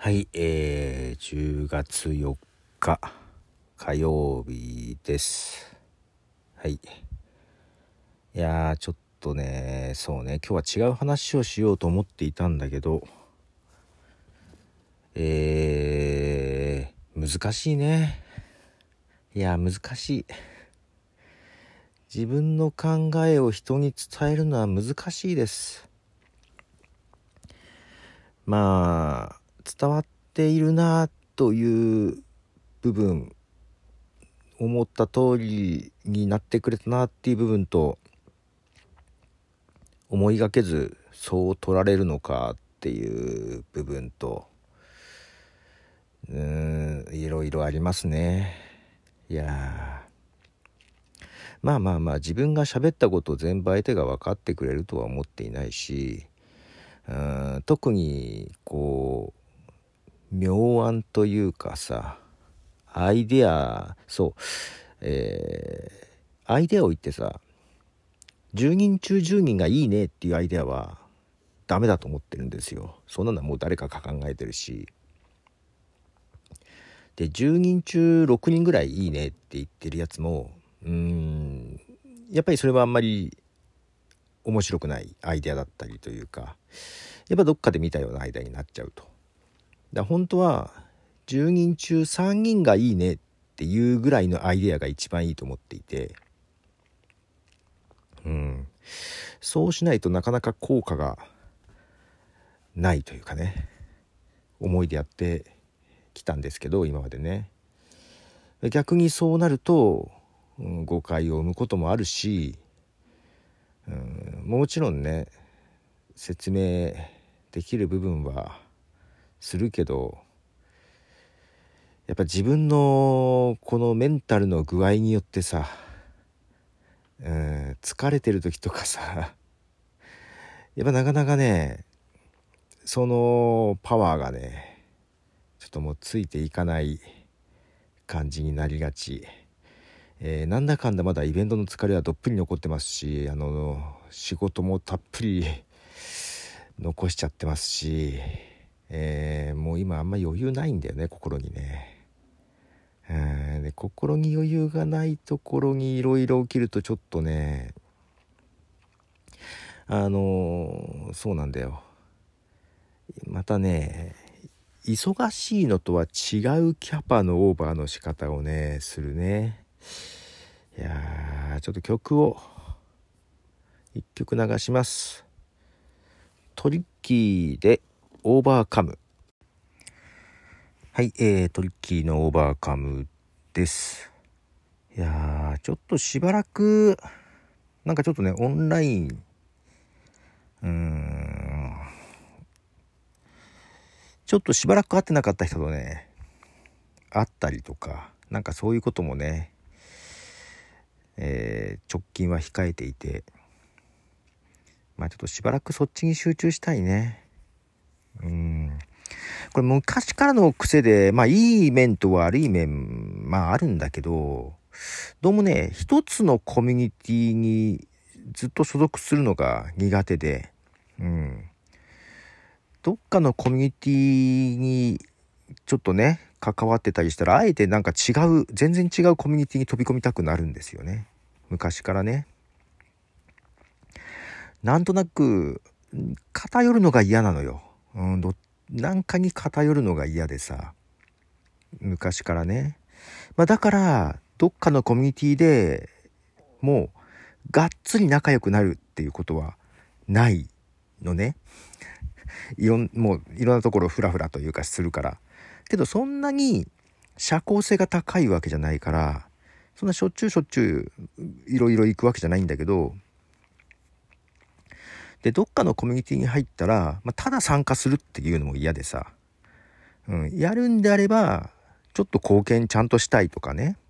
はい、10月4日火曜日です。はい。いやーちょっとね、そうね、今日は違う話をしようと思っていたんだけど、難しいね。いや難しい。自分の考えを人に伝えるのは難しいです。まあ伝わっているなという部分、思った通りになってくれたなっていう部分と、思いがけずそう取られるのかっていう部分と、いろいろありますね。いやまあ自分が喋ったことを全部相手が分かってくれるとは思っていないし、特にこう妙案というかさ、アイデアアイデアを言ってさ、10人中10人がいいねっていうアイデアはダメだと思ってるんですよ。そんなのはもう誰かが考えてるし、で10人中6人ぐらいいいねって言ってるやつもやっぱりそれはあんまり面白くないアイデアだったりというか、やっぱどっかで見たようなアイデアになっちゃうと。本当は10人中3人がいいねっていうぐらいのアイデアが一番いいと思っていて、そうしないとなかなか効果がないというかね、思いでやってきたんですけど今までね。逆にそうなると、誤解を生むこともあるし、もちろんね説明できる部分はするけど、やっぱ自分のこのメンタルの具合によってさ、疲れてる時とかさ、やっぱなかなかねそのパワーがねちょっともうついていかない感じになりがち。なんだかんだまだイベントの疲れはどっぷり残ってますし、仕事もたっぷり残しちゃってますし、もう今あんま余裕ないんだよね、心にね。で心に余裕がないところにいろいろ起きるとちょっとね、そうなんだよ。またね忙しいのとは違うキャパのオーバーの仕方をねするね。いやーちょっと曲を一曲流します。トリッキーでオーバーカム。はい、トリッキーのオーバーカムです。いやーちょっとしばらくなんかちょっとねオンラインちょっとしばらく会ってなかった人とね会ったりとか、なんかそういうこともね、直近は控えていて、ちょっとしばらくそっちに集中したいね。これ昔からの癖で、いい面と悪い面あるんだけど、どうもね一つのコミュニティにずっと所属するのが苦手で、どっかのコミュニティにちょっとね関わってたりしたら、あえてなんか全然違うコミュニティに飛び込みたくなるんですよね、昔からね。なんとなく偏るのが嫌なのよ。なんかに偏るのが嫌でさ、昔からね。だからどっかのコミュニティでもうがっつり仲良くなるっていうことはないのね。もういろんなところフラフラというかするから。けどそんなに社交性が高いわけじゃないから、そんなしょっちゅういろいろ行くわけじゃないんだけど、でどっかのコミュニティに入ったら、ただ参加するっていうのも嫌でさ、やるんであればちょっと貢献ちゃんとしたいとかね、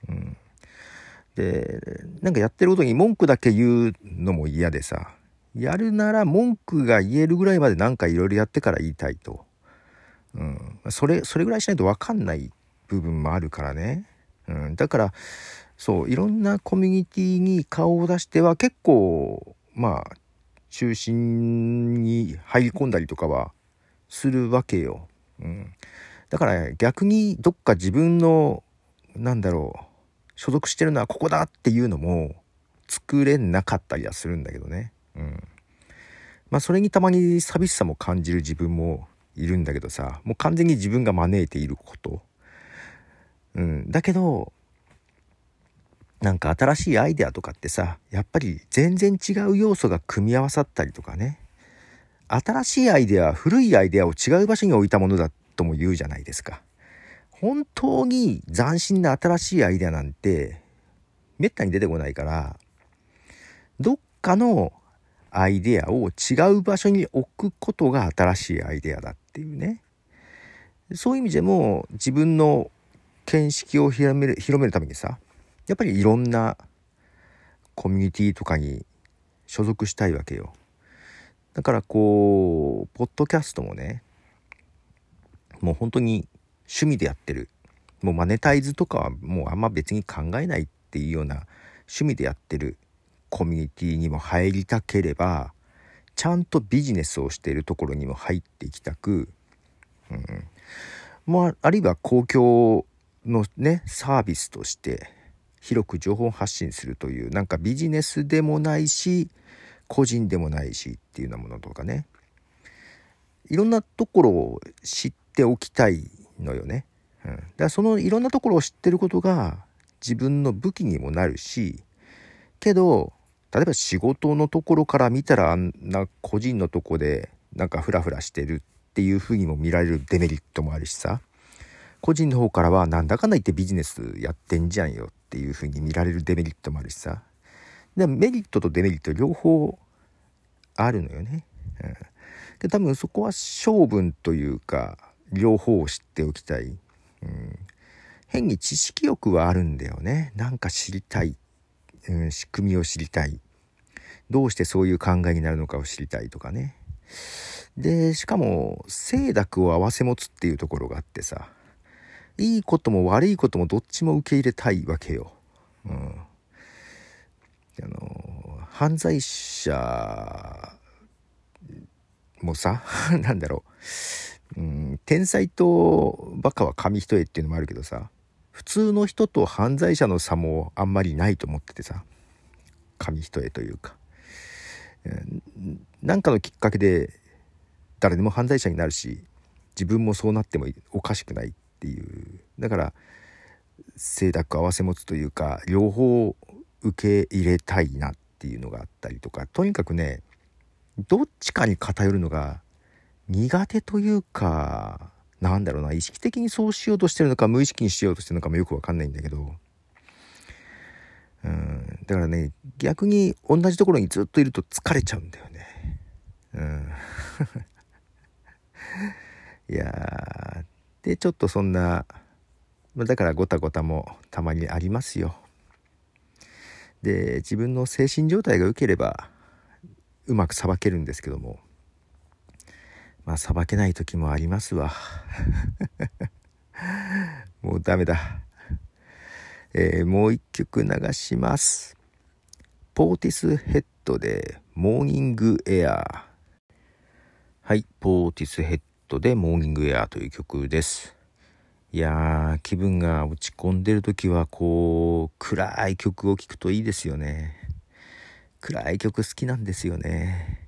でなんかやってることに文句だけ言うのも嫌でさ、やるなら文句が言えるぐらいまでなんかいろいろやってから言いたいと、それぐらいしないと分かんない部分もあるからね、だからそういろんなコミュニティに顔を出しては結構中心に入り込んだりとかはするわけよ。 だから逆にどっか自分の所属してるのはここだっていうのも作れなかったりはするんだけどね。それにたまに寂しさも感じる自分もいるんだけどさ、もう完全に自分が招いていること。だけどなんか新しいアイデアとかってさ、やっぱり全然違う要素が組み合わさったりとかね。新しいアイデア、古いアイデアを違う場所に置いたものだとも言うじゃないですか。本当に斬新な新しいアイデアなんてめったに出てこないから、どっかのアイデアを違う場所に置くことが新しいアイデアだっていうね。そういう意味でも自分の見識を広めるためにさ、やっぱりいろんなコミュニティとかに所属したいわけよ。だからポッドキャストもね、もう本当に趣味でやってる、もうマネタイズとかはもうあんま別に考えないっていうような趣味でやってるコミュニティにも入りたければ、ちゃんとビジネスをしているところにも入っていきたく、あるいは公共のねサービスとして広く情報発信するという、なんかビジネスでもないし個人でもないしっていうようなものとかね、いろんなところを知っておきたいのよね。だからそのいろんなところを知ってることが自分の武器にもなるし、けど例えば仕事のところから見たらあんな個人のとこでなんかフラフラしてるっていう風にも見られるデメリットもあるしさ、個人の方からはなんだかんだ言ってビジネスやってんじゃんよっていう風に見られるデメリットもあるしさ、でメリットとデメリット両方あるのよね。で多分そこは性分というか両方を知っておきたい。変に知識欲はあるんだよね。なんか知りたい、仕組みを知りたい、どうしてそういう考えになるのかを知りたいとかね。でしかも清濁を併せ持つっていうところがあってさ、いいことも悪いこともどっちも受け入れたいわけよ。犯罪者もさ天才とバカは紙一重っていうのもあるけどさ、普通の人と犯罪者の差もあんまりないと思っててさ、紙一重というか、なんかのきっかけで誰でも犯罪者になるし、自分もそうなってもおかしくないっていう、だから清濁合わせ持つというか両方受け入れたいなっていうのがあったりとか、とにかくねどっちかに偏るのが苦手というか、意識的にそうしようとしてるのか無意識にしようとしてるのかもよくわかんないんだけど、だからね逆に同じところにずっといると疲れちゃうんだよね。いやでちょっとそんな、だからごたごたもたまにありますよ。で自分の精神状態が良ければうまくさばけるんですけども、さばけない時もありますわ。もうダメだ。もう一曲流します。ポーティスヘッドでモーニングエア。はい、ポーティスヘッドでモーニングエアという曲です。いやー、気分が落ち込んでる時は暗い曲を聴くといいですよね。暗い曲好きなんですよね。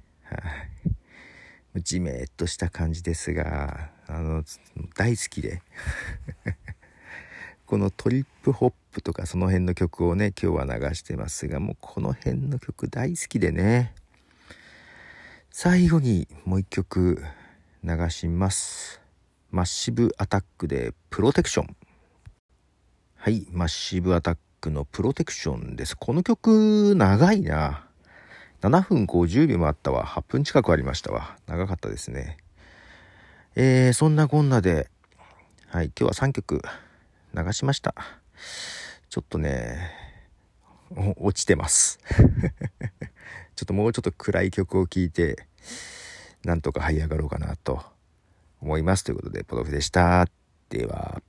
じめっとした感じですが大好きでこのトリップホップとかその辺の曲をね今日は流してますが、もうこの辺の曲大好きでね。最後にもう一曲流します。マッシブアタックでプロテクション。はい、マッシブアタックのプロテクションです。この曲長いな。7分50秒もあったわ。8分近くありましたわ。長かったですね。そんなこんなで、はい、今日は3曲流しました。ちょっとね落ちてますちょっともうちょっと暗い曲を聴いてなんとか這い上がろうかなと思います。ということでポトフでした。では。